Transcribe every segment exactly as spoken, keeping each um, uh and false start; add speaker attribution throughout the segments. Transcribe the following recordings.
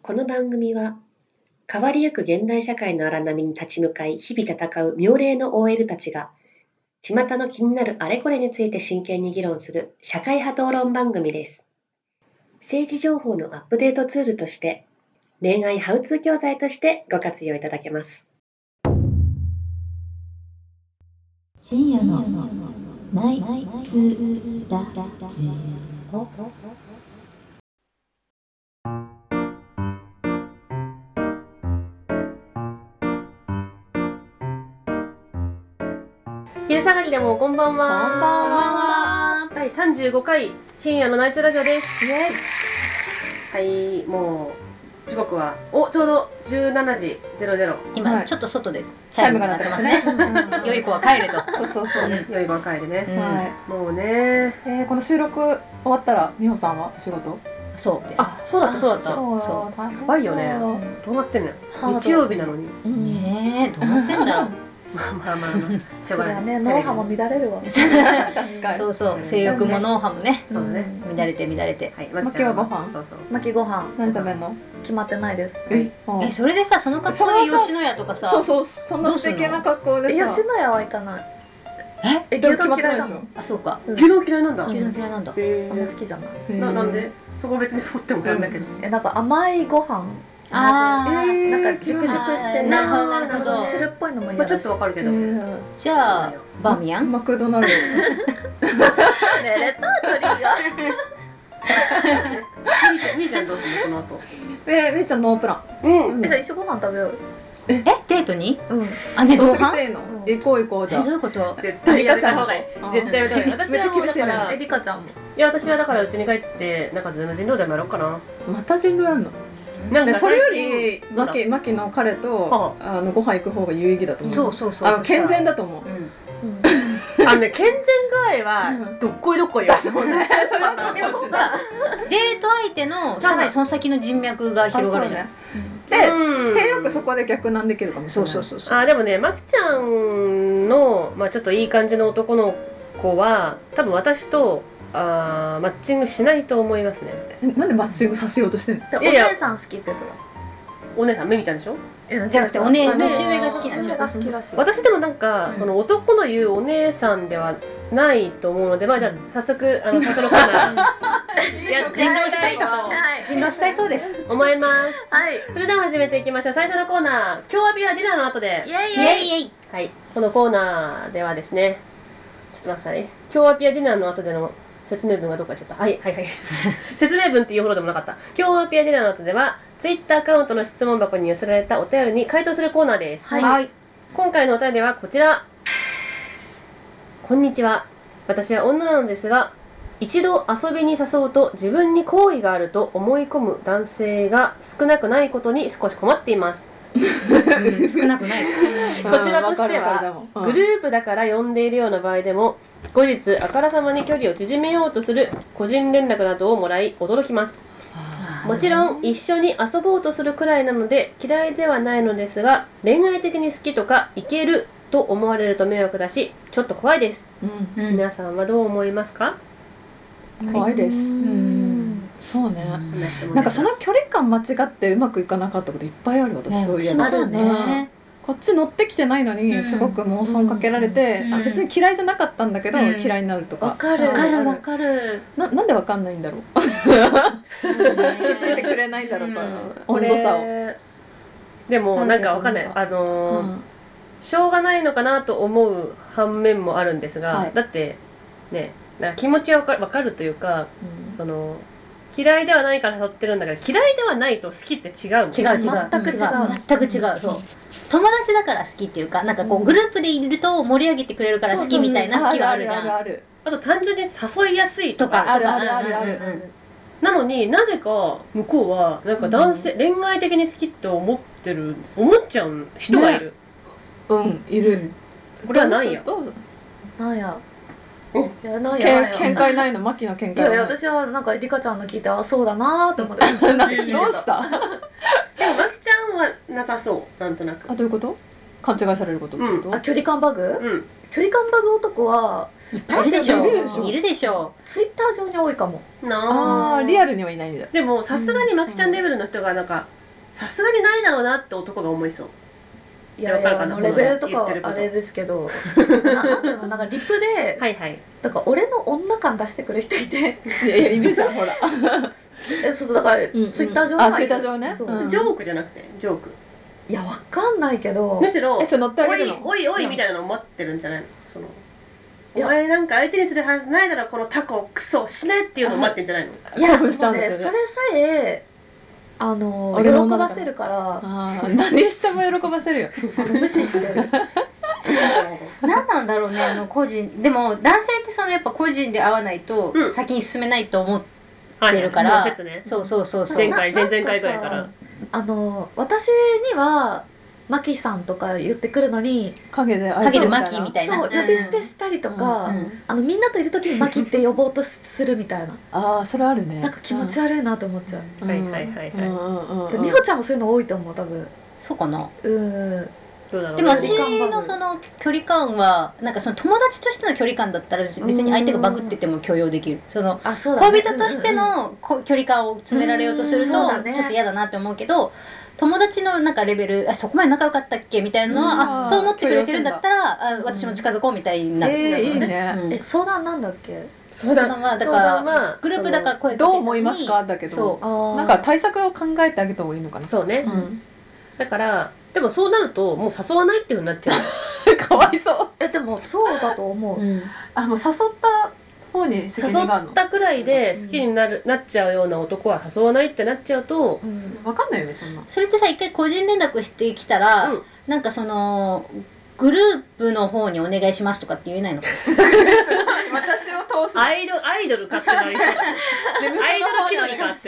Speaker 1: この番組は変わりゆく現代社会の荒波に立ち向かい日々戦う妙齢の オーエル たちが巷の気になるあれこれについて真剣に議論する社会派討論番組です。政治情報のアップデートツールとして恋愛ハウツー教材としてご活用いただけます。
Speaker 2: 深夜のナイツラジオ。
Speaker 3: 昼下がりでもこんばんは。
Speaker 2: こんばんは。
Speaker 3: だいさんじゅうごかい深夜のナイツラジオです。
Speaker 2: イエイ。
Speaker 3: はい、もう時刻はおちょうどじゅうしちじゼロゼロ。
Speaker 2: 今、はい、ちょっと外でチャイムが鳴ってますね。良い子は帰れと。
Speaker 4: そうそうそう。
Speaker 3: 良い子は帰れね。
Speaker 4: うん、はい。
Speaker 3: もうね、
Speaker 4: えー、この収録終わったら美穂さんはお仕事？
Speaker 3: そうです。あ、そうだったそうだった。
Speaker 4: そう
Speaker 3: そう。
Speaker 4: や
Speaker 3: ばいよね。どうなってんの？日曜日なのに。
Speaker 2: ねえ、どうなってんだろう。
Speaker 3: まあまあまあ、
Speaker 5: しょうがない。それはね、脳波も乱れるわ。
Speaker 4: 確かに。
Speaker 2: そうそう、性欲も脳波もね、
Speaker 3: そうだね。
Speaker 2: 乱れて乱れて。
Speaker 4: はい、マキはご飯。
Speaker 3: そうそう。
Speaker 5: マキご飯。
Speaker 4: 何食べんの？
Speaker 5: 決まってないです。
Speaker 4: え、
Speaker 2: え、それでさ、その格好で吉野家とかさ。
Speaker 4: そうそう、そんな素敵な格好でさ。
Speaker 5: 吉野家は行かない。
Speaker 2: え、
Speaker 5: 牛丼嫌いだもん。
Speaker 2: あ、そうか。
Speaker 3: 牛丼嫌いなんだ。
Speaker 2: 牛丼嫌いなんだ。
Speaker 5: あんま好きじゃない。
Speaker 3: な、なんで？そこ別に掘ってもなんだけど。
Speaker 5: え、なんか甘いご飯。
Speaker 2: あ
Speaker 5: あ、なんか熟熟して
Speaker 2: なるほどなるほど。
Speaker 5: 汁っぽいのも嫌だし。
Speaker 3: ちょっとわかるけど。
Speaker 2: じゃあバーミヤン？
Speaker 4: マクドナルド。
Speaker 5: ね、レパートリーが。
Speaker 3: みーちゃんどうするのこの後？
Speaker 4: え、みーちゃんノープラン。
Speaker 5: うん。え、じゃあ一緒ご飯食べよう。
Speaker 2: え、デートに？
Speaker 5: うん。
Speaker 2: あ、ね、
Speaker 4: 同席していいの？行こう行こうじゃあ。
Speaker 2: どういうこと？
Speaker 3: 絶対やめた方がいい。絶対やめた方がいい。私は
Speaker 4: 厳しいね。
Speaker 5: え、リカちゃんも。
Speaker 3: いや、私はだからうちに帰ってなんかズーム人狼でもやろうかな。
Speaker 4: また人狼やんの？なんかそれよりマキマキの彼とあのご飯行く方が有意義だと思う。
Speaker 2: そうそうそう。
Speaker 4: あの健全だと思う。
Speaker 3: あのね、健全具合はどっこいどっこいよ。
Speaker 4: そうね。それはそう
Speaker 2: でもそうか。デート相手のさらにその先の人脈が広がるじゃん。
Speaker 4: で、手よくそこで逆難できるかもしれない。
Speaker 2: そうそうそう。
Speaker 3: あ、でもね、マキちゃんのまあちょっといい感じの男の子は多分私とあマッチングしないと思いますね。
Speaker 4: なんでマッチングさせようとしてんの？
Speaker 5: お姉さん好きって言ってた。
Speaker 3: お姉さん、めみちゃんでしょ？
Speaker 2: じゃなくてお姉年上が好きなん
Speaker 5: です。が好きらしい。
Speaker 3: 私でもなんか、うん、その男の言うお姉さんではないと思うので、まあじゃあ早速あの最初のコーナーやっていきたいと
Speaker 2: 人狼したいそうです
Speaker 3: 思います。
Speaker 5: はい。
Speaker 3: それでは始めていきましょう。最初のコーナー、今日はビはディナーの後で。
Speaker 5: イエイイエイイエイ。
Speaker 3: はい。このコーナーではですね、ちょっと待ってください。今日はピアディナーの後での説明文がどっか行っちゃった。はいはいはい。説明文っていうほどでもなかった。今日はピアディナーの後ではツイッターアカウントの質問箱に寄せられたお便りに回答するコーナーです。
Speaker 5: はい。
Speaker 3: 今回のお便りはこちら。こんにちは。私は女なのですが、一度遊びに誘うと自分に好意があると思い込む男性が少なくないことに少し困っています。
Speaker 2: うん、少なくない。
Speaker 3: こちらとしてはグループだから呼んでいるような場合でも後日あからさまに距離を縮めようとする個人連絡などをもらい驚きます。もちろん一緒に遊ぼうとするくらいなので嫌いではないのですが、恋愛的に好きとかいけると思われると迷惑だしちょっと怖いです、うん、皆さんはどう思いますか？
Speaker 4: 怖いです、うん、そうね、うん、なんかその距離感間違ってうまくいかなかったこといっぱいある。私、ね、そういう
Speaker 5: あるね。
Speaker 4: こっち乗ってきてないのにすごく妄想かけられて、うん、あ別に嫌いじゃなかったんだけど、うん、嫌いになるとか。
Speaker 5: わかる
Speaker 2: わかるわかる。
Speaker 4: な、なんでわかんないんだろう。気づいてくれないんだろうか、うん、温度差を。で
Speaker 3: もなんかわかんない。あのーうん、しょうがないのかなと思う反面もあるんですが、はい、だってね、なんか気持ちはわかる、わかるというか、うん、その嫌いではないから誘ってるんだけど、嫌いではないと好きって違うもん。
Speaker 2: 違う違う。
Speaker 5: 全く違う。
Speaker 2: 全く違う。そう。友達だから好きっていうか、なんかこうグループでいると盛り上げてくれるから好きみたいな好きがあるじゃん。
Speaker 4: ある
Speaker 3: あと単純に誘いやすいとか。
Speaker 4: あるあるあるある。
Speaker 3: なのになぜか向こうはなんか男性、うん、恋愛的に好きって思ってる思っちゃう人がいる。
Speaker 4: ね、うんいる。
Speaker 3: これは何や。
Speaker 5: なんや。
Speaker 4: いやなんや見解ないの？マキの見解はない。
Speaker 5: いやいや私はなんかリカちゃんの聞いてあそうだなーと思って聞いてた。
Speaker 4: どうした？
Speaker 3: でもマキちゃんはなさそうなんとなく。
Speaker 4: あ、どういうこと？勘違いされることってこと？
Speaker 5: うん、あ、距離感バグ？
Speaker 3: うん。
Speaker 5: 距離感バグ男はい
Speaker 2: っぱいいるでしょ。いるでしょ。
Speaker 5: ツイッター上に多いかも。
Speaker 3: な
Speaker 4: あ、リアルにはいないんだ。
Speaker 3: でもさすがにマキちゃんレベルの人がなんかさすがにないだろうなって男が思いそう。
Speaker 5: いやいやもうレベルとかはあれですけどななんていうのなんかリプで
Speaker 3: はいはい
Speaker 5: だから俺の女感出してくる人いて
Speaker 4: いやいやいるじゃんほら
Speaker 5: えそうそうだから
Speaker 4: うんうん
Speaker 5: ツイッター上
Speaker 4: あツイッター上ね
Speaker 5: そう、
Speaker 4: うん
Speaker 3: ジョークじゃなくてジョーク
Speaker 5: いやわかんないけど
Speaker 3: むしろ
Speaker 4: えそれ乗ってあ
Speaker 3: おい
Speaker 4: げるの
Speaker 3: おいおい
Speaker 4: うん
Speaker 3: みたいなのを待ってるんじゃないのその
Speaker 5: いや
Speaker 3: お前なんか相手にするはずないだろこのタコクソ死ねっていうのを待ってんじゃないの
Speaker 5: いや
Speaker 4: 興奮しちゃうんですよね
Speaker 5: もうねそれさえあの喜
Speaker 4: 俺の女だから
Speaker 5: ばせるから
Speaker 4: あー何しても喜ばせるよ
Speaker 5: あの無視してる
Speaker 2: 何なんだろうねあの個人でも男性ってそのやっぱ個人で会わないと
Speaker 3: うん
Speaker 2: 先に進めないと思って
Speaker 3: はい
Speaker 2: るから、
Speaker 3: その説ね
Speaker 2: そうそうそうそう
Speaker 3: 前回
Speaker 5: な
Speaker 3: 前々回ぐらいから
Speaker 5: なんかさあの私にはマキさんとか言ってくるのに
Speaker 4: 影で
Speaker 2: 影でマキみたいな
Speaker 5: そう呼び捨てしたりとか、
Speaker 2: うんうん
Speaker 5: あのみんなといる時にマキって呼ぼうとするみたいな
Speaker 4: ああそれあるね
Speaker 5: なんか気持ち悪いなと思っちゃう、
Speaker 4: うん
Speaker 3: はいはいはいはい
Speaker 4: うんうんうん
Speaker 5: で美穂ちゃんもそういうの多いと思う多分
Speaker 2: そうかな。
Speaker 5: うん
Speaker 3: どうだろうね
Speaker 2: でも私
Speaker 5: 距離感バグ
Speaker 2: のその距離感はなんかその友達としての距離感だったら別に相手がバグってても許容できる。その
Speaker 5: あそうだね
Speaker 2: 恋人としてのこ距離感を詰められようとする
Speaker 5: うん
Speaker 2: と
Speaker 5: そうだね
Speaker 2: ちょっと嫌だなって思うけど、友達のなんかレベルあそこまで仲良かったっけみたいなのは、
Speaker 4: うん
Speaker 2: あそう思ってくれてるんだったらあ私も近づこうみたいになる。
Speaker 4: えーいいね
Speaker 2: うん
Speaker 5: え相談なんだっけ
Speaker 3: 相談
Speaker 2: 相談はだから
Speaker 3: 相談は
Speaker 2: グループだから声かけた
Speaker 4: どう
Speaker 2: のに
Speaker 4: 思いますかだけど
Speaker 2: そ
Speaker 5: あー
Speaker 4: なんか対策を考えてあげた方がいいのかな
Speaker 3: そうね、
Speaker 4: うん
Speaker 3: だからでもそうなるともう誘わないっていうふうになっちゃう
Speaker 4: かわいそう
Speaker 5: えでもそうだと思う、
Speaker 2: うん
Speaker 4: あもう誘った方に責
Speaker 3: 誘
Speaker 4: 任があるの
Speaker 3: ったくらいで好きになる、なっちゃうような男は誘わないってなっちゃうと
Speaker 5: うん
Speaker 4: 分かんないよねそんな
Speaker 2: それってさ一回個人連絡してきたら、
Speaker 3: うん
Speaker 2: なんかそのグループの方にお願いしますとかって言えないのか
Speaker 4: 私を通す
Speaker 3: アイドアイドル勝手なりそう
Speaker 4: 事務
Speaker 3: アイドル気取りかって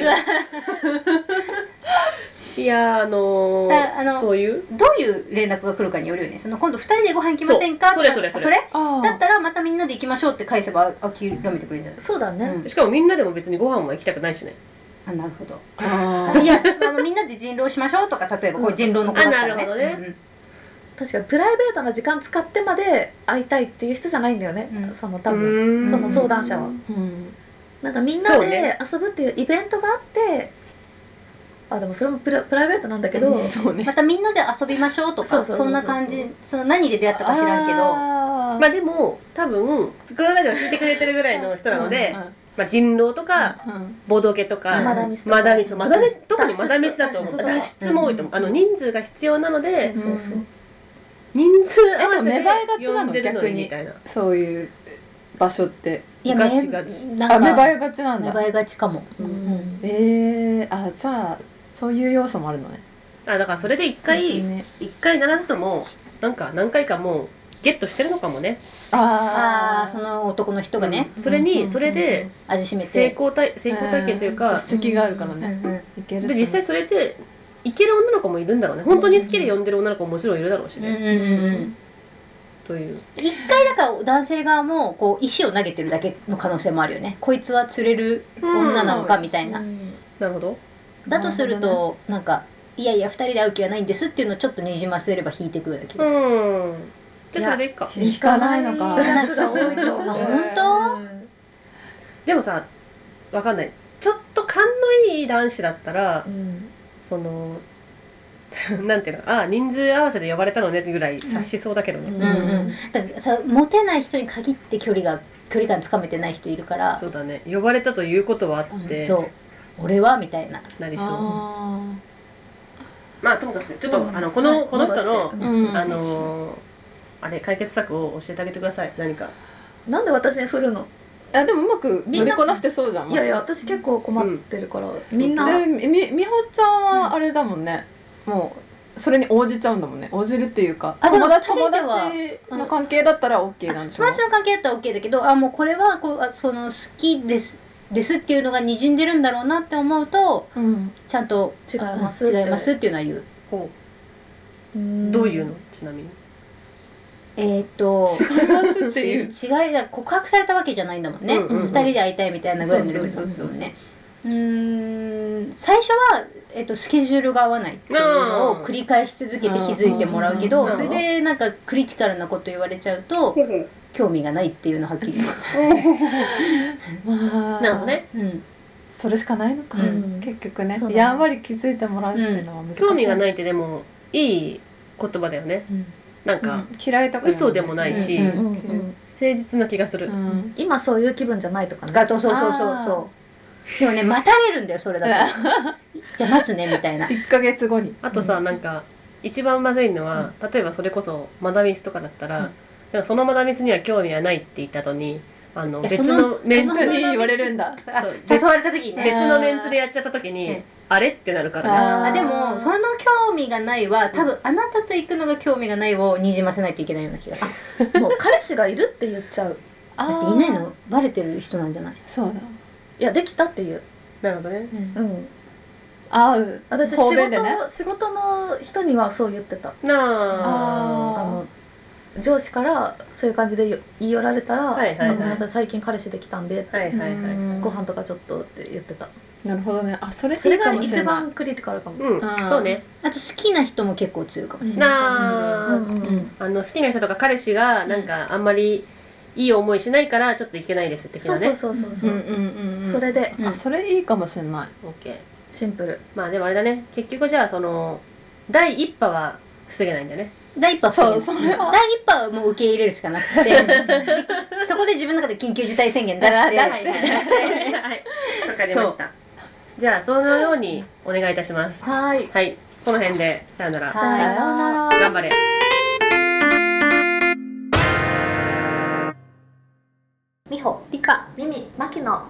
Speaker 3: いやーあのー
Speaker 2: だあの
Speaker 3: そういう
Speaker 2: どういう連絡が来るかによるよね。その今度ふたりでご飯行きませんか
Speaker 3: そう
Speaker 2: とか
Speaker 3: それそれそれ
Speaker 4: あー
Speaker 2: だったらまたみんなで行きましょうって返せば諦めてくれるんじゃないです
Speaker 5: そうだね、
Speaker 2: うん
Speaker 3: しかもみんなでも別にご飯は行きたくないしね
Speaker 2: か。あなるほど。
Speaker 4: あー
Speaker 2: いやあのみんなで人狼しましょうとか例えばこういう人狼の子だったらね。
Speaker 3: あなるほどね
Speaker 2: うんうん
Speaker 5: 確かにプライベートな時間使ってまで会いたいっていう人じゃないんだよね、
Speaker 2: うん
Speaker 5: その多
Speaker 3: うーん
Speaker 5: 分その相談者は
Speaker 4: うん
Speaker 5: なんかみんなで
Speaker 3: そうね
Speaker 5: 遊ぶっていうイベントがあってあでもそれもプラプライベートなんだけど、
Speaker 4: そうね
Speaker 2: またみんなで遊びましょうとか
Speaker 5: そうそうそうそう
Speaker 2: そんな感じ。その何で出会ったか知らんけど。
Speaker 4: あー
Speaker 3: まあでも多分このラジオ聞いてくれてるぐらいの人なので、
Speaker 4: うん
Speaker 3: まあ、人狼とか
Speaker 4: うんうん
Speaker 3: ボドゲとか、
Speaker 2: うん
Speaker 5: マダミスとか
Speaker 3: マダミスマダミス特にマダミスだと思う
Speaker 5: 脱出
Speaker 3: 脱出も多いと思う、あの人数が必要なので、
Speaker 5: そうそうそう、
Speaker 4: うん
Speaker 3: 人数合わせ
Speaker 4: えでも芽生えがちなの
Speaker 3: で呼んでるの
Speaker 4: 逆に
Speaker 3: にみたいな
Speaker 4: そういう場所って
Speaker 2: いや
Speaker 3: ガチガチ
Speaker 2: めなんか
Speaker 4: あ芽生えがちなんだ
Speaker 2: 芽生えがちかも。
Speaker 5: う
Speaker 2: うん
Speaker 5: ん
Speaker 4: えー、あじゃあそういう要素もあるのね
Speaker 3: あだからそれで一
Speaker 4: そう
Speaker 3: 回
Speaker 4: ね
Speaker 3: 一回ならずともなんか何回かもうゲットしてるのかもね、
Speaker 2: あ
Speaker 4: あ
Speaker 2: あその男の人がね、
Speaker 3: それ
Speaker 4: うんうんうんうん
Speaker 3: にそれで
Speaker 2: 味しめて
Speaker 3: 成功体成功体験というか、
Speaker 4: 実績があるからね、
Speaker 2: うんうん
Speaker 4: いける
Speaker 3: で実際それでいける女の子もいるんだろうね本当に好きで呼んでる女の子ももちろんいるだろうしね、
Speaker 2: うんうんうんうん
Speaker 3: という
Speaker 2: 一回だから男性側もこう石を投げてるだけの可能性もあるよね。こいつは釣れる女なのかみたいな、
Speaker 5: うん
Speaker 3: なるほど
Speaker 2: だとする
Speaker 4: なるほ
Speaker 2: となんかいやいやふたりで会う気はないんですっていうのをちょっとにじませれば引いてくるような気がする、
Speaker 3: うんでそれでいいか
Speaker 4: 引かないのか
Speaker 5: やつが多いと思う
Speaker 2: あ本当
Speaker 5: うん
Speaker 3: でもさわかんないちょっと勘のいい男子だったら
Speaker 5: うん
Speaker 3: そのなんていうのあ人数合わせで呼ばれたのねぐらい察しそうだけどね、
Speaker 2: うんうん、だからさモテない人に限って距離が距離感つかめてない人いるから
Speaker 3: そうだね呼ばれたということはあって、
Speaker 2: そう俺はみたいな
Speaker 3: なりそう
Speaker 4: あ
Speaker 3: まあともかくちょっと、
Speaker 5: うん
Speaker 3: あのこの、
Speaker 5: はい
Speaker 3: この人の、
Speaker 5: 戻して
Speaker 4: うん
Speaker 3: あのーあれ解決策を教えてあげてください何か
Speaker 5: なんで私に振るの
Speaker 4: ーあでもうまく乗りこなしてそうじゃん
Speaker 5: いやいや私結構困ってるから、みんな
Speaker 4: でみみほちゃんはあれだもんね、もうそれに応じちゃうんだもんね応じるっていうか
Speaker 2: あでも
Speaker 4: 友達友
Speaker 2: 二人では
Speaker 4: 達の関係だったら OK なんでしょ
Speaker 2: 友達の関係だったら OK だけどあもうこれはこうあその好きですですっていうのがにじんでるんだろうなって思うと
Speaker 4: うん
Speaker 2: ちゃんと
Speaker 5: 違いますって
Speaker 2: うん違いますっていうのは言う。
Speaker 3: ほう
Speaker 5: うん
Speaker 3: どういうのちなみに
Speaker 2: えー、っと
Speaker 4: 違いますっていう
Speaker 2: ち違いだ告白されたわけじゃないんだもんね、
Speaker 3: うんうんうん
Speaker 2: 二人で会いたいみたいなぐらいのレベルだもんね。うーん最初は、えっと、スケジュールが合わないっていうのを繰り返し続けて気づいてもらうけど
Speaker 3: うん
Speaker 2: それでなんかクリティカルなこと言われちゃうと興味がないっていうのははっきり言う、
Speaker 4: まあ
Speaker 3: なるほどね
Speaker 2: うん、
Speaker 4: それしかないのか、
Speaker 5: うん、
Speaker 4: 結局ね
Speaker 5: そうだね
Speaker 4: やんわり気づいてもらうっていうのは難しい、
Speaker 3: 興味がないってでもいい言葉だよね、
Speaker 4: うん、
Speaker 3: なんか、
Speaker 4: うん、嫌いとか
Speaker 3: 嘘でもないし、
Speaker 4: うんうん
Speaker 5: うんうん、
Speaker 3: 誠実な気がする、
Speaker 4: うん、
Speaker 5: 今そういう気分じゃないとかね。
Speaker 2: ガトそうそうそうそうでもね待たれるんだよそれだとじゃあ待つねみたいない
Speaker 4: っかげつごに
Speaker 3: あとさ、なんか一番まずいのは、例えばそれこそマダミスとかだったら、でもそのマダミスには興味はないって言った後にあの別のメンツ
Speaker 4: に言われるんだ
Speaker 3: そう
Speaker 2: 誘われた時にね
Speaker 3: 別のメンツでやっちゃった時に、
Speaker 2: うん
Speaker 3: あれってなるからね。
Speaker 2: あでもその興味がないは多分あなたと行くのが興味がないをにじませないといけないような気がする。
Speaker 5: もう彼氏がいるって言っちゃう。
Speaker 2: だっていないのバレてる人なんじゃない？
Speaker 4: そうだ
Speaker 5: いやできたっていう。
Speaker 3: なるほどね。
Speaker 5: うん。
Speaker 4: 会う
Speaker 5: 私仕事、ね、仕事の人にはそう言ってた。
Speaker 3: なあ。
Speaker 5: あの上司からそういう感じで言い寄られたら、
Speaker 3: はいはいはい、
Speaker 5: あごめんなさい最近彼氏できたんで、
Speaker 3: はいはいはい、
Speaker 5: ご飯とかちょっとって言ってた。
Speaker 4: なるほどね。あ、それ
Speaker 5: それが一番クリティカルかも。
Speaker 3: うん、そうね。
Speaker 2: あと好きな人も結構強いかもしれない。
Speaker 3: なあ、うんうんうん、あの好きな人とか彼氏がなんかあんまりいい思いしないからちょっといけないですって的なね。
Speaker 5: そうそうそうそう。うんうんうん、それで、
Speaker 4: うん、あ、それいいかもしれない。
Speaker 3: オッケー。
Speaker 5: シンプル。
Speaker 3: まあでもあれだね。結局じゃあその第一波は防げないんだよね。
Speaker 2: 第一波は
Speaker 4: そうそれは
Speaker 2: 第一波はもう受け入れるしかなくてそこで自分の中で緊急事態宣言出して
Speaker 3: 出してはいわかりました。じゃあそのようにお願いいたします。
Speaker 5: はい
Speaker 3: はいこの辺でさよなら。
Speaker 5: さよなら。
Speaker 3: 頑張れ。
Speaker 2: みほ
Speaker 5: りかみみまきの深夜のナイ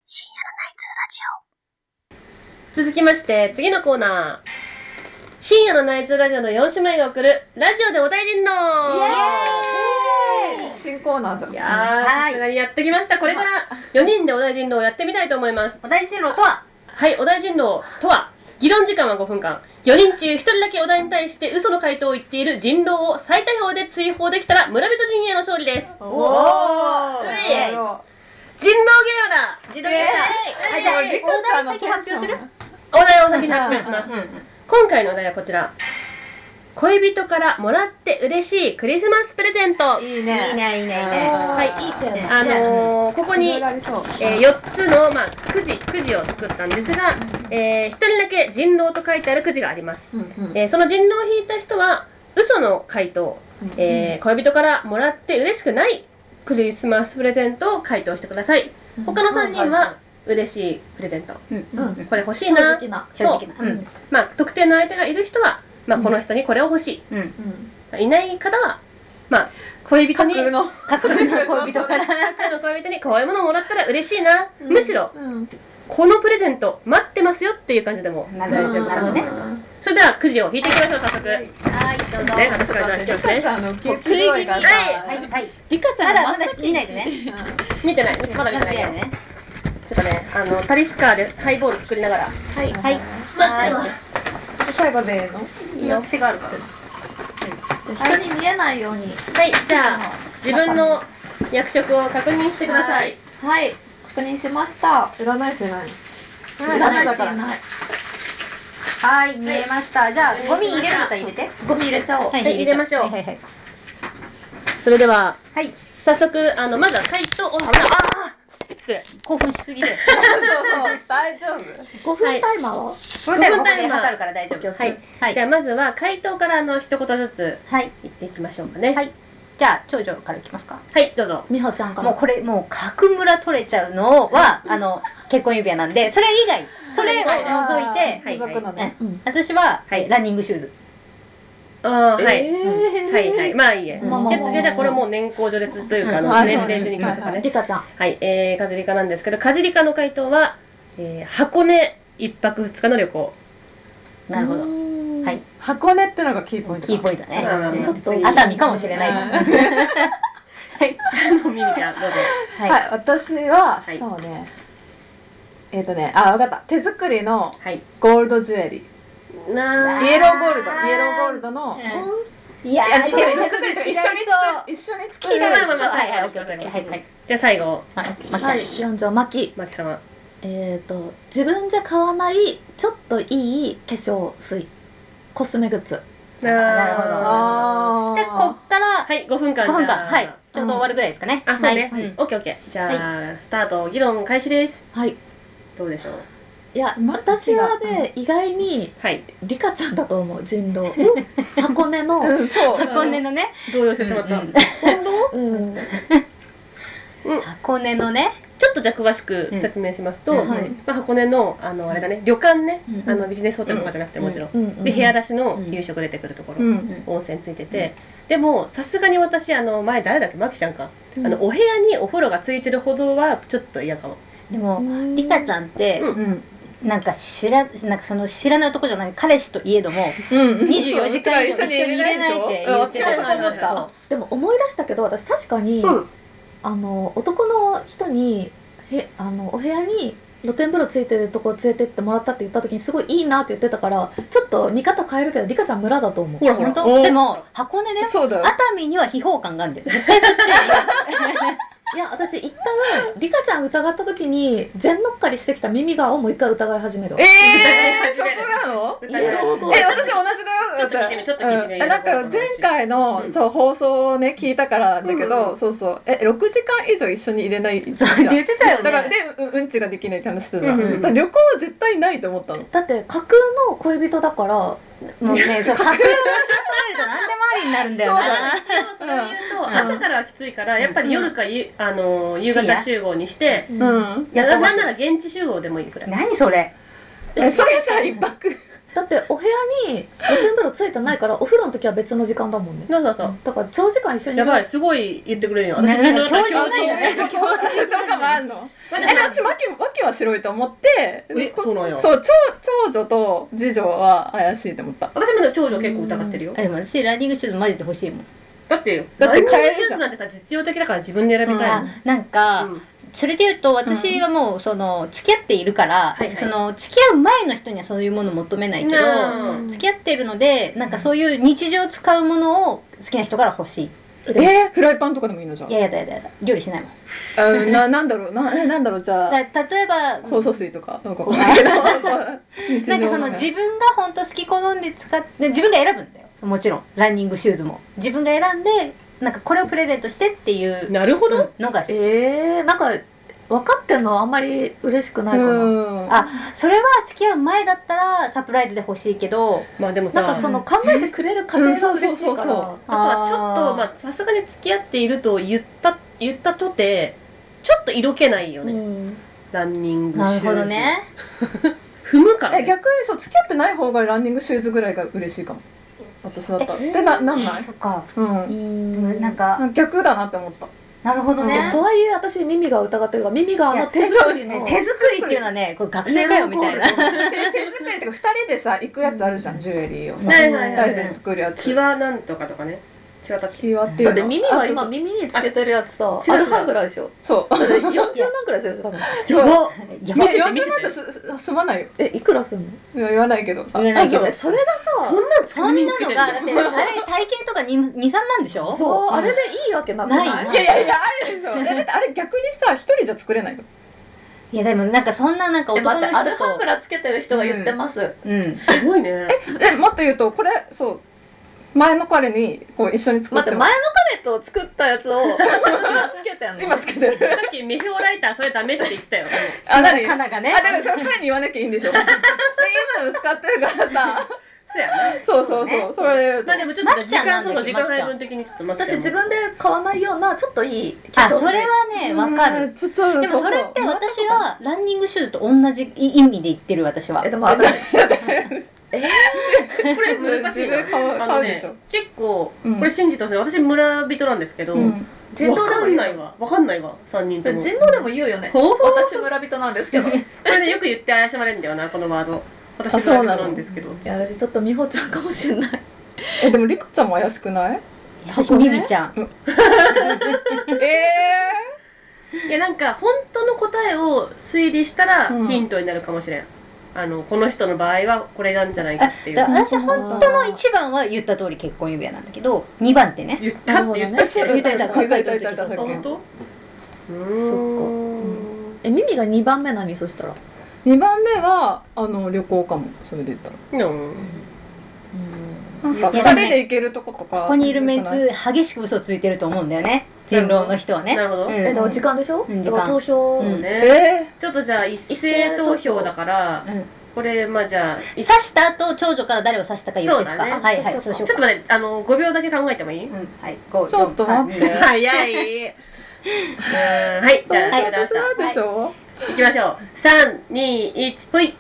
Speaker 3: ツラジオ。続きまして次のコーナー。深夜のナイツラジオのよん姉妹が送るラジオでお大人論。
Speaker 4: イエーイ新コーナーじゃん。
Speaker 3: いやーさすがにやってきました。これからよにんでお大人論をやってみたいと思います。
Speaker 2: お大人論とは、
Speaker 3: はいお大人論とは議論時間はごふんかん、よにん中ひとりだけお題に対して嘘の回答を言っている人狼を最多票で追放できたら村人陣営の勝利です。
Speaker 2: おお
Speaker 3: ー人狼ゲームだ。
Speaker 2: 人狼ゲームあ、じゃあお題先発表する？
Speaker 3: お題を先に発表します。今回のお題はこちら。恋人からもらって嬉しいクリスマスプレゼント。
Speaker 4: いいね
Speaker 2: いいねいいねいいね。
Speaker 3: はい、
Speaker 5: いいテーマ。
Speaker 3: あのー、ここに、えー、よっつの、まあ、くじくじを作ったんですが、えー、ひとりだけ人狼と書いてあるくじがあります。
Speaker 5: うんうん、
Speaker 3: えー、その人狼を引いた人は嘘の回答、うんえー、恋人からもらって嬉しくないクリスマスプレゼントを回答してください。うん、他のさんにんは嬉しいプレゼント、うんうん、これ欲しいな、
Speaker 5: 正直な
Speaker 3: 正直な、うん、まあ特定の相手がいる人は、まあ、この人にこれを欲しい、うんうん、いない方はまあ恋人に
Speaker 4: 架空の
Speaker 2: 架空の恋人から
Speaker 3: 架空の恋人にこういうものをもらったら嬉しいな、うん、むしろ、うん、このプレゼント待ってますよっていう感じでも
Speaker 2: 大丈夫かと思います。
Speaker 3: それではくじを引いていきましょう。早速はい
Speaker 2: どうぞ。
Speaker 3: ね、私からじゃあ引きますね。
Speaker 4: リカちゃんの急にはい
Speaker 2: はい
Speaker 4: リカちゃん
Speaker 2: まだまだ見ないでね。
Speaker 3: 見てないまだ見てないよね。ちょっとねあのタリスカーでハイボール作りながら
Speaker 2: はいはい
Speaker 4: はい最後での
Speaker 2: いいよ私があるから。
Speaker 5: じゃあ人に見えないように。
Speaker 3: はいじゃあ自分の役職を確認してください。
Speaker 5: はい確認しました。
Speaker 4: 占い師ない。
Speaker 5: 占い師ない。
Speaker 2: はい見えました。じゃあゴミ入れる方入れて。
Speaker 5: ゴミ入れちゃおう。
Speaker 3: はい入れましょう。
Speaker 2: はいはいはい。
Speaker 3: それでは
Speaker 2: はい
Speaker 3: 早速あのまずは回答をああ失礼
Speaker 2: 興奮しすぎで。
Speaker 4: そうそう大丈夫。
Speaker 5: ごふんタイマーは？
Speaker 2: ごふんタイマーで測るから大丈夫。
Speaker 3: はいはい。じゃあまずは回答からあの一言ずつ
Speaker 2: はい
Speaker 3: 言っていきましょうかね。
Speaker 2: はい。じゃあ長女からいきますか。
Speaker 3: はいどうぞ。
Speaker 5: みほちゃんから。
Speaker 2: もうこれもう角村取れちゃうのはあの結婚指輪なんでそれ以外それを除いて
Speaker 4: 付属のね。
Speaker 2: 私はランニングシューズ。
Speaker 3: ああはいはいはいまあいいえ。じゃあじゃあこれもう年功序列というかあの年齢順にいきましょうかね。
Speaker 5: リカちゃん。
Speaker 3: はいえーカズリカなんですけどカズリカの回答はえ箱根一泊二日の旅行。
Speaker 2: なるほど。はい。
Speaker 4: 箱根ってのがキーポイント。
Speaker 2: キーポイントね。
Speaker 5: ちょっと
Speaker 2: 熱海かもしれないと。
Speaker 3: はいあのミミちゃんどうぞ。
Speaker 4: はい私はそうねえっとねあ分かった手作りのゴールドジュエリー。
Speaker 3: な
Speaker 4: イエローゴールドイエローゴールドの
Speaker 2: いや
Speaker 4: 手作りと一緒に作る一緒に作る。
Speaker 2: はいはいオッケーオッケーはいはい。
Speaker 3: じゃあ最後
Speaker 5: はい四条まき
Speaker 3: マキ様。
Speaker 5: えっと自分じゃ買わないちょっといい化粧水コスメグッズ。
Speaker 2: なるほど。じゃあこっから
Speaker 3: はいごふんかん
Speaker 2: ごふんかんはいちょうど終わるぐらいですかね。
Speaker 3: あそうねオッケーオッケー。じゃあスタート議論開始です。
Speaker 5: はい
Speaker 3: どうでしょう。
Speaker 5: いや、
Speaker 4: ま
Speaker 5: 私はね、意外に
Speaker 3: はい
Speaker 5: リカちゃんだと思う。人狼箱根の、
Speaker 4: うん、そう
Speaker 2: 箱根のね、
Speaker 3: 動揺してしまった、
Speaker 2: うん
Speaker 5: うん、
Speaker 2: 箱根のね、
Speaker 3: ちょっとじゃあ詳しく説明しますと、
Speaker 5: うんはい
Speaker 3: まあ、箱根のあのあれだね、旅館ね、
Speaker 2: うん
Speaker 3: あのビジネスホテルとかじゃなくてもちろん、
Speaker 5: うんうん
Speaker 3: で部屋出しの夕食出てくるところ、
Speaker 4: うん
Speaker 3: 温泉ついてて、でもさすがに私あの前誰だっけ、マキちゃんか、
Speaker 5: うん
Speaker 3: あのお部屋にお風呂がついてるほどはちょっと嫌かも。
Speaker 2: でも
Speaker 5: うん
Speaker 2: リカちゃんって、
Speaker 3: うん
Speaker 4: うん
Speaker 2: なんか知らなんかその知らない男じゃない彼氏といえども
Speaker 4: うん
Speaker 2: にじゅうよじかん以上一緒にいれないって言ってた
Speaker 4: 私もそう思っ
Speaker 3: はいはいは
Speaker 4: た
Speaker 5: でも思い出したけど、私確かに、
Speaker 3: うん
Speaker 5: あの男の人にへあのお部屋に露天風呂ついてるとこ連れてってもらったって言った時にすごいいいなって言ってたから、ちょっと見方変えるけどリカちゃん村だと思う。
Speaker 3: ほらほら
Speaker 2: 本
Speaker 4: お
Speaker 2: 当でも箱根だよ。
Speaker 4: そうだよ
Speaker 2: 熱海には秘宝感があるんだよ。絶対そっち
Speaker 5: いや、私一旦リカちゃん疑った時に全乗っかりしてきた耳がをもう一回疑い始める。
Speaker 4: えー、そ
Speaker 3: 疑い始める
Speaker 4: こなの
Speaker 5: イエローゴー
Speaker 4: え、私同じだよ。
Speaker 3: ちょっと聞いてみちょっと聞いてみ
Speaker 4: うんなんか前回の、
Speaker 3: うん
Speaker 4: そう放送をね聞いたからだけど、
Speaker 3: うんうん
Speaker 4: そうそうえろくじかん以上一緒にいれないじゃん
Speaker 2: そうって言ってたよね
Speaker 4: だからでううんちができないって話したじゃん、
Speaker 2: うんうん
Speaker 4: だから旅行は絶対ないと思ったの。
Speaker 5: だって架空の恋人だから、
Speaker 2: もうね、そう架空を持ち出されると何でもありになるんだよな。
Speaker 3: 一応それを言うと、
Speaker 2: うん
Speaker 3: 朝からはきついからやっぱり夜かゆ、あの夕方集合にして、
Speaker 5: うん
Speaker 4: うん
Speaker 3: いやななんなら現地集合でもいいくらい。
Speaker 2: 何それ。
Speaker 4: えそれさ一泊
Speaker 5: だってお部屋に露天風呂ついてないからお風呂の時は別の時間だもんね。
Speaker 3: そうそうそう。
Speaker 5: だから長時間一緒にいる。
Speaker 3: やばい、すごい言ってくれるよ。
Speaker 2: ね
Speaker 3: 私自分の
Speaker 2: なんか
Speaker 3: 競争
Speaker 2: 教授ないよね
Speaker 4: とかもあんの
Speaker 3: まあ
Speaker 4: え私わけわけは白いと思って
Speaker 3: えそうなんや
Speaker 4: そう長長女と次女は怪しいと思った。
Speaker 3: 私もね長女結構疑ってるよ。
Speaker 2: あでも私ランニングシューズマジで欲しいもん。
Speaker 3: だってよ、
Speaker 4: だって
Speaker 3: ランニング
Speaker 4: 買えるじゃん
Speaker 3: シューズなんてさ実用的だから自分で選びたい
Speaker 2: あ
Speaker 3: の。
Speaker 2: なんか、
Speaker 3: うん
Speaker 2: それで言うと私はもうその付き合っているから、
Speaker 3: はいはい
Speaker 2: その付き合う前の人にはそういうもの求めないけど、
Speaker 3: うん
Speaker 2: 付き合ってるのでなんかそういう日常使うものを好きな人から欲しい。
Speaker 4: えー、フライパンとかでもいいのじゃん。
Speaker 2: いややだやだやだ料理しないもん。
Speaker 4: あななんだろうなえなんだろうじゃあ
Speaker 2: だ例えば
Speaker 4: 酵素水とかなんかわかんないけど日
Speaker 2: なんか
Speaker 4: 常のね
Speaker 2: その自分が本当好き好んで使って自分が選ぶんだよ。もちろんランニングシューズも自分が選んでなんかこれをプレゼントしてっていう
Speaker 3: なるほど。
Speaker 2: のが好き。
Speaker 5: えー、なんか分かってんのはあんまり嬉しくないかな。
Speaker 4: うん
Speaker 2: あそれは付き合う前だったらサプライズで欲しいけど
Speaker 3: まあでもさ、
Speaker 5: なんかその考えてくれる過程が嬉しいから。
Speaker 4: うんそうそうそうそう
Speaker 3: あとはちょっとまあさすがに付き合っていると言った言ったとてちょっと色気ないよね。
Speaker 5: うん
Speaker 3: ランニングシューズ。
Speaker 2: なるほどね。
Speaker 3: 踏むから、
Speaker 4: え
Speaker 3: ね。
Speaker 4: 逆にそう付き合ってない方がランニングシューズぐらいが嬉しいかも私だったらでななんない
Speaker 2: そっか。
Speaker 4: うん
Speaker 5: うん
Speaker 2: なんか
Speaker 4: 逆だなって思った
Speaker 2: なるほどね。
Speaker 5: とはいえ私耳が疑ってるから耳があの手作りの
Speaker 2: 手作りっていうのはねこれ学生かよみたいな。
Speaker 5: イエローゴールド
Speaker 4: で手作りってかふたりでさ行くやつあるじゃんジュエリーをさ
Speaker 3: はいはいはい
Speaker 4: ふたりで作るやつ
Speaker 3: キワなんとかとかね。違ったっけ。
Speaker 4: キワっていうの
Speaker 5: だって耳は今
Speaker 4: あそう
Speaker 5: 耳につけてるやつさ
Speaker 3: あ
Speaker 5: アルハンブラでしょ。
Speaker 4: そう
Speaker 5: だってよんじゅうまんくらいするでしょ多分。
Speaker 3: やばっ。
Speaker 2: やば
Speaker 3: 見せて
Speaker 4: よんじゅう
Speaker 3: 見せて
Speaker 4: まんじゃすす済まないよ
Speaker 5: えいくらすんの？
Speaker 4: いや言わないけどさ
Speaker 2: 言えないけど
Speaker 5: あそれがさ
Speaker 3: そんなん
Speaker 2: そんなの
Speaker 3: 耳につけてる
Speaker 2: がだってあれ体験とかににさんまんでしょ。
Speaker 5: そうあれでいいわけなくない？
Speaker 2: ない
Speaker 4: いやいやいやあるでしょえだってあれ逆にさ一人じゃ作れないよ
Speaker 2: いやでもなんかそんななんか
Speaker 5: え
Speaker 2: 男の
Speaker 5: 待ってアル
Speaker 2: 人と
Speaker 5: ハンブラつけてる人が言ってます。
Speaker 2: うん
Speaker 3: すごいね。
Speaker 4: でもっと言うとこれそう前の彼にこう一緒に作っも
Speaker 5: 待ってて前の彼と作ったやつを今つけてんの？
Speaker 4: 今つけてる
Speaker 3: さっきメフオライターそれダメって言ってたよ。
Speaker 4: あ何
Speaker 2: かながね
Speaker 4: あでもそれ彼に言わなきゃいいんでしょで今の使ってるからさ
Speaker 3: そうやな。
Speaker 4: そうそうそうそれ
Speaker 3: まあでもちょっと時間そうそう時間
Speaker 2: マキちゃん
Speaker 3: 配分的にちょっと待って。
Speaker 5: 私自分で買わないようなちょっといい化粧水。
Speaker 2: あそれはねわかる。
Speaker 4: ちょちょ
Speaker 2: でもそれって私はランニングシューズと同じ意味で言ってる私は
Speaker 5: え。でも私え
Speaker 4: それず
Speaker 3: 難しいな
Speaker 4: 自分買う
Speaker 3: あのね
Speaker 4: 買うでしょ
Speaker 3: 結構
Speaker 4: うん
Speaker 3: これ信じてほしい。私村人なんですけど、
Speaker 4: うん
Speaker 5: 人
Speaker 3: わか
Speaker 5: 狼でも言う
Speaker 3: んないわわかんないわ三人とも。
Speaker 5: 人狼でも言うよね。
Speaker 3: ほうほう
Speaker 5: 私村人なんですけど。い
Speaker 3: これねよく言って怪しまれるんだよなこのワード。私
Speaker 4: あそうなの
Speaker 3: 村人なんですけど。
Speaker 5: や私ちょっと美穂ちゃんかもしれない。
Speaker 4: えでもリカちゃんも怪しくない
Speaker 2: 私ミミちゃん。
Speaker 4: え
Speaker 3: いやなんか本当の答えを推理したら
Speaker 4: うん
Speaker 3: ヒントになるかもしれん。あのこの人の場合はこれなんじゃないか
Speaker 2: あ
Speaker 3: っていう
Speaker 2: じゃあ。私本当の一番は言った通り結婚指輪なんだけど二番手ね。
Speaker 3: 言ったって言ったっけ？
Speaker 5: なるほどね
Speaker 2: 言った言った
Speaker 4: 言った言った言った
Speaker 2: そうそう
Speaker 3: 本当？う
Speaker 5: そ
Speaker 3: ーん。
Speaker 5: え耳がにばんめ何そしたら？
Speaker 4: ー、にばんめはあの旅行かもそれで言ったら
Speaker 3: うん。
Speaker 4: なんか
Speaker 2: いや
Speaker 4: ふたりで行けるとことか
Speaker 2: ここにいるメンツ激しく嘘ついてると思うんだよね。 人狼の人はね。
Speaker 3: なるほど
Speaker 2: うん
Speaker 5: えでも時間でしょ、
Speaker 2: うん
Speaker 5: だから投票、
Speaker 3: そうね、
Speaker 4: え
Speaker 3: ちょっとじゃあ一斉投票だから、
Speaker 2: うん
Speaker 3: これまあじゃあ
Speaker 2: 刺した後長女から誰を刺したか言っていくか。
Speaker 3: そうだね
Speaker 2: はいはい、
Speaker 5: そうしようか
Speaker 2: そうしようか。
Speaker 3: ちょっと待って、あのごびょうだけ考えてもいい？
Speaker 2: うん、はい、ご、
Speaker 4: ちょっと待って
Speaker 2: よんさんに
Speaker 3: 早い。うんはい、じゃあ、
Speaker 2: はい
Speaker 3: 福田さ
Speaker 4: 私なんでしょ
Speaker 3: ん、行きましょう。三、二、一、ほい。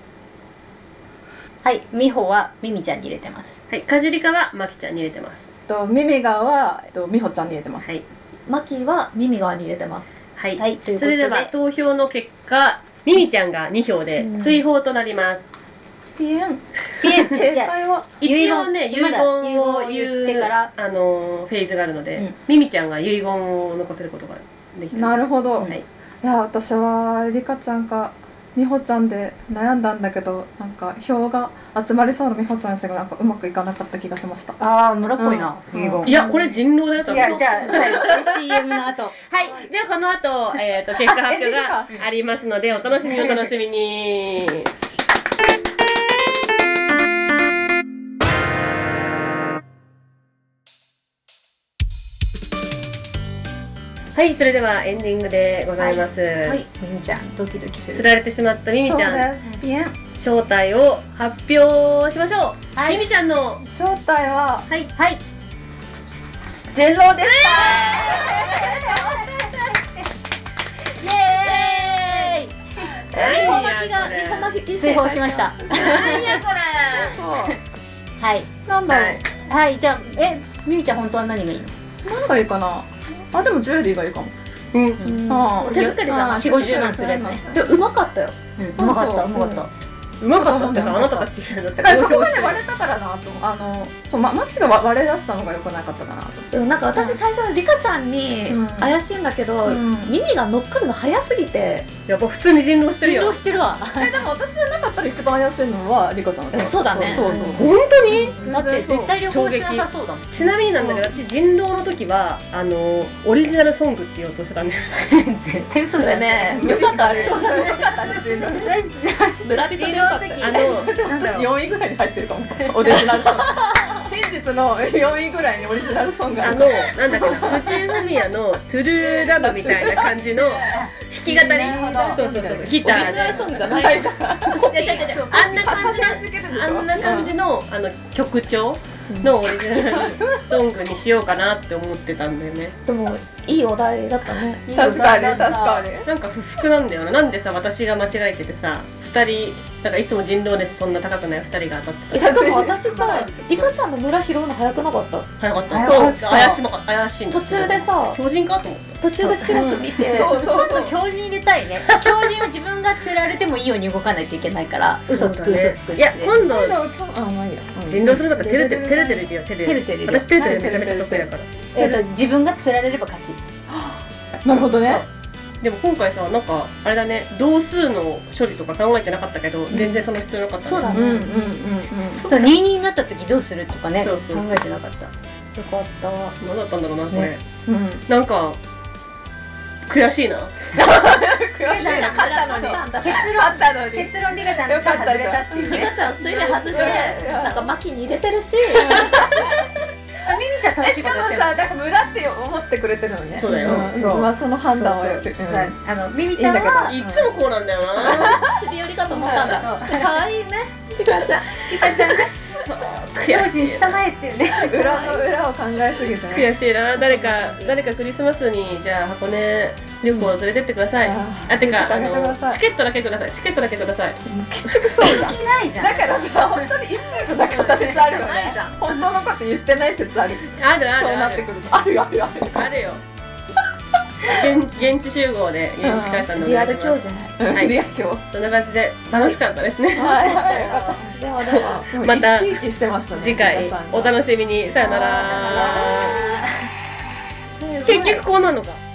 Speaker 2: はい、美穂はミミちゃんに入れてます。
Speaker 3: はい、かじりかはまきちゃんに入れてます。
Speaker 4: う。とミミガはえっと美穂ちゃんに入れてます。
Speaker 3: はい、
Speaker 5: マキは耳側に入れてます。
Speaker 3: はい、
Speaker 2: はいということで
Speaker 3: それでは投票の結果、ミミちゃんがに票で
Speaker 5: うん
Speaker 3: 追放となります。
Speaker 4: ピエン。
Speaker 2: ピエン
Speaker 4: 正解は
Speaker 3: 一応ね、遺
Speaker 2: 遺言
Speaker 3: 言を
Speaker 2: まだ遺言を
Speaker 3: 言う
Speaker 2: 言ってから
Speaker 3: あのーフェーズがあるので、
Speaker 2: うん
Speaker 3: ミミちゃんが遺言を残せることができるんです。
Speaker 4: なるほど。
Speaker 3: はい、
Speaker 4: いや私はリカちゃんか美穂ちゃんで悩んだんだけど、なんか票が集まりそうな美穂ちゃんにしたけどなんかうまくいかなかった気がしました。
Speaker 2: ああ、村っぽいな、
Speaker 4: うん
Speaker 2: 遺言。
Speaker 3: いや、これ人狼だよ多分。
Speaker 2: 違う、じゃあ最後 シーエム の後。
Speaker 3: はい、ではこの後、えー、と結果発表がありますので、お楽しみお楽しみに。はい、それではエンディングでございます。
Speaker 5: はい。
Speaker 2: ミミちゃんドキドキする。
Speaker 3: 釣られてしまったミミ
Speaker 4: そう
Speaker 3: ちゃん、
Speaker 4: です。ピエン。
Speaker 3: 正体を発表しましょう。
Speaker 2: はい
Speaker 3: ミミちゃんの、
Speaker 4: 正体は
Speaker 3: はい、
Speaker 2: はい。
Speaker 4: 人狼でした。
Speaker 2: イエーイ。
Speaker 5: リホマキがリホマキ
Speaker 2: 追放しました。
Speaker 3: 何やこれ。
Speaker 4: そう。
Speaker 2: はい。
Speaker 4: なんだろう。
Speaker 2: はい、じゃあえミミちゃん本当は何がいいの？
Speaker 4: 何がいいかな。あでもジュエリーがいいかも。
Speaker 3: うん、
Speaker 4: うん
Speaker 5: 手作りじゃない
Speaker 2: 四五十万するやつね。
Speaker 5: でもうまかったよ。
Speaker 2: うん、うまかった、うまかった。
Speaker 3: うまかったってさ、
Speaker 4: うん
Speaker 3: あなたたちだって
Speaker 4: だからそこがね割れたからなと思う。あのそうまマキが割れ出したのが良くなかったかなと。
Speaker 5: でもなんか私最初リカちゃんに
Speaker 4: うん
Speaker 5: 怪しいんだけど、
Speaker 4: うん
Speaker 5: 耳が乗っかるの早すぎて、
Speaker 3: やっぱ普通に人狼してる
Speaker 2: 人
Speaker 3: よ。
Speaker 2: 狼してるわ。
Speaker 4: えでも私じゃなかったら一番怪しいのはリカちゃんだった。
Speaker 5: えそうだね
Speaker 4: そうそうそう。
Speaker 3: 本当に？
Speaker 2: だって
Speaker 4: そう
Speaker 2: 絶対旅行しなさそうだもん。
Speaker 3: ちなみになんだけど、私人狼の時はあのオリジナルソングって言おうとしてたんだよ。
Speaker 2: 絶対嘘
Speaker 5: それねよかったあれ。
Speaker 4: よかったね人狼。
Speaker 5: 村人でよかったよ。
Speaker 3: あの
Speaker 4: でも私よんいぐらいに入ってるかも。オリジナルソング。真実のよんいぐらいにオリジナルソングがある。
Speaker 3: あのなんだっけな、藤井フミヤのトゥルーラブみたいな感じの弾き語り。そうそうそう、ギターで。
Speaker 5: オリジナルソングじゃないじゃん。
Speaker 3: いや違う違う違う、あんな感じ
Speaker 4: 弾けるでしょ。
Speaker 3: あんな感じのあの曲調のオリジナルソングにしようかなって思ってたんだよね。
Speaker 5: でもいいお題だったね。
Speaker 4: 確かに確かに。
Speaker 3: なんか不服なんだよな。なんでさ、私が間違えててさ、二人なんかいつも人狼熱そんな高くない二人が当たってた。
Speaker 5: えしかも私さリカちゃんの村拾うの早くなかった？
Speaker 3: 早かった。そう、
Speaker 2: 早かった
Speaker 3: 怪しまか怪しいんだ
Speaker 5: 途中でさ
Speaker 3: 狂人かと思った。
Speaker 5: 途中で白く見て、
Speaker 4: そうそうそう。
Speaker 2: 狂人入れたいね。狂人は自分が釣られてもいいように動かないといけないから嘘つく
Speaker 3: そうだね
Speaker 2: 嘘つくって。
Speaker 3: いや今度
Speaker 4: でも今日あまあいいや。
Speaker 3: 人狼するんだったらテレテレテレテレいるよ、テレ
Speaker 2: テレテレいるよ
Speaker 3: 私テレテレめちゃめちゃ得意だから。
Speaker 2: えっと自分が釣られれば勝ち。
Speaker 4: なるほどね。
Speaker 3: でも今回さ、なんかあれだね、同数の処理とか考えてなかったけど、全然その必要なかったね。
Speaker 5: そうだね
Speaker 4: うんうんうんうん。
Speaker 2: とににになった時どうするとかね考
Speaker 3: そうそうそう
Speaker 2: えてなかった。
Speaker 5: よかった。
Speaker 3: 何だったんだろうなこれ、
Speaker 4: ねうん。
Speaker 3: なんか悔しいな。
Speaker 4: 悔しいな。勝ったのに。
Speaker 2: 結
Speaker 4: 勝ったのに。
Speaker 2: 結論リカちゃん
Speaker 4: よかったじゃん
Speaker 2: っていう
Speaker 5: リカちゃん水面外してなんかマキに入れてるし、
Speaker 2: ミミちゃん正し
Speaker 4: し
Speaker 2: いことやってる。
Speaker 4: かもさ、なんか村って思ってくれてるのね。
Speaker 3: そうだよ
Speaker 4: んそう。まあその判断は
Speaker 2: そう
Speaker 4: よく。うん
Speaker 2: あのミミちゃんは
Speaker 3: いつもこうなんだよな。
Speaker 5: すり寄りかと思ったんだ。
Speaker 2: そう
Speaker 5: 可愛いねリカちゃん。
Speaker 2: リカちゃんです。精進したまえっていうね。
Speaker 4: 裏の裏を考えすぎてね。
Speaker 3: 悔しいな。誰か誰かクリスマスにじゃあ箱根旅行連れてってください。
Speaker 4: あー
Speaker 3: あ、てかあ
Speaker 4: 連れてってあげてください
Speaker 3: のチケットだけください。チケットだけください。
Speaker 4: 結局そうじゃん。
Speaker 2: できないじゃん。
Speaker 4: だからさ、本当にいちいじなかった説あるよね
Speaker 5: ないじゃん。
Speaker 4: 本当のこと言ってない説ある。
Speaker 3: あるある
Speaker 4: そうな
Speaker 3: ある
Speaker 4: ってくると。あるあるある。
Speaker 3: あるよ。現現地集合で現地解散でお
Speaker 5: リア
Speaker 3: 願いします
Speaker 5: ル教授。
Speaker 3: はい
Speaker 4: リア今日。
Speaker 3: そんな感じで楽しかったですね。
Speaker 4: はいはい。
Speaker 5: ではでは。
Speaker 3: また
Speaker 4: 生き生きしてましたね。
Speaker 3: 次回
Speaker 4: 皆さんが
Speaker 3: お楽しみに。さよなら。結局こうなるのか。